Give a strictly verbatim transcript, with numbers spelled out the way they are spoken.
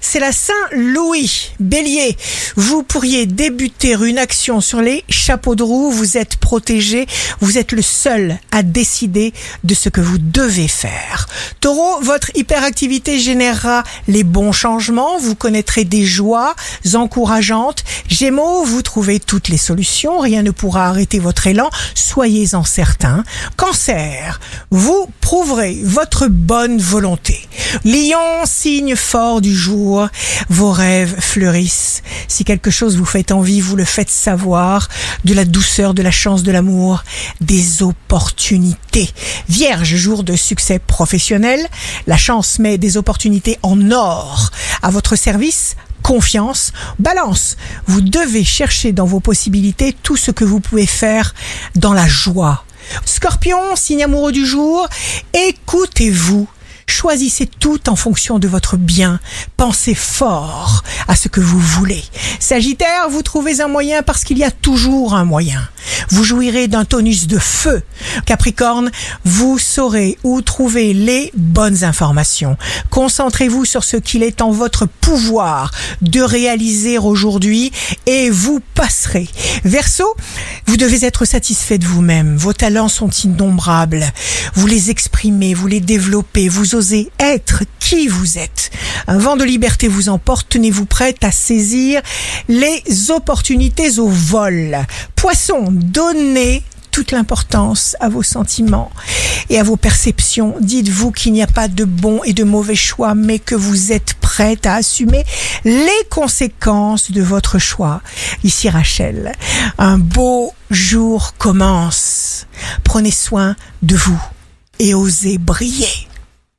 c'est la Saint-Louis. Bélier, vous pourriez débuter une action sur les chapeaux de roue. Vous êtes protégé. Vous êtes le seul à décider de ce que vous devez faire. Taureau, votre hyperactivité générera les bons changements. Vous connaîtrez des joies encourageantes. Gémeaux, vous trouvez toutes les solutions. Rien ne pourra arrêter votre élan. Soyez-en certains. Cancer, vous prouverez votre bonne volonté. Lion, signe fort du jour, vos rêves fleurissent. Si quelque chose vous fait envie, vous le faites savoir. De la douceur, de la chance, de l'amour, des opportunités. Vierge, jour de succès professionnel. La chance met des opportunités en or à votre service. Confiance. Balance, vous devez chercher dans vos possibilités tout ce que vous pouvez faire dans la joie. Scorpion, signe amoureux du jour, écoutez-vous. Choisissez tout en fonction de votre bien. Pensez fort à ce que vous voulez. Sagittaire, vous trouvez un moyen parce qu'il y a toujours un moyen. Vous jouirez d'un tonus de feu. Capricorne, vous saurez où trouver les bonnes informations. Concentrez-vous sur ce qu'il est en votre pouvoir de réaliser aujourd'hui et vous passerez. Verseau, vous devez être satisfait de vous-même. Vos talents sont innombrables. Vous les exprimez, vous les développez, vous osez être qui vous êtes. Un vent de liberté vous emporte. Tenez-vous prête à saisir les opportunités au vol. Poisson, donnez toute l'importance à vos sentiments et à vos perceptions. Dites-vous qu'il n'y a pas de bon et de mauvais choix, mais que vous êtes prête à assumer les conséquences de votre choix. Ici Rachel, un beau jour commence. Prenez soin de vous et osez briller.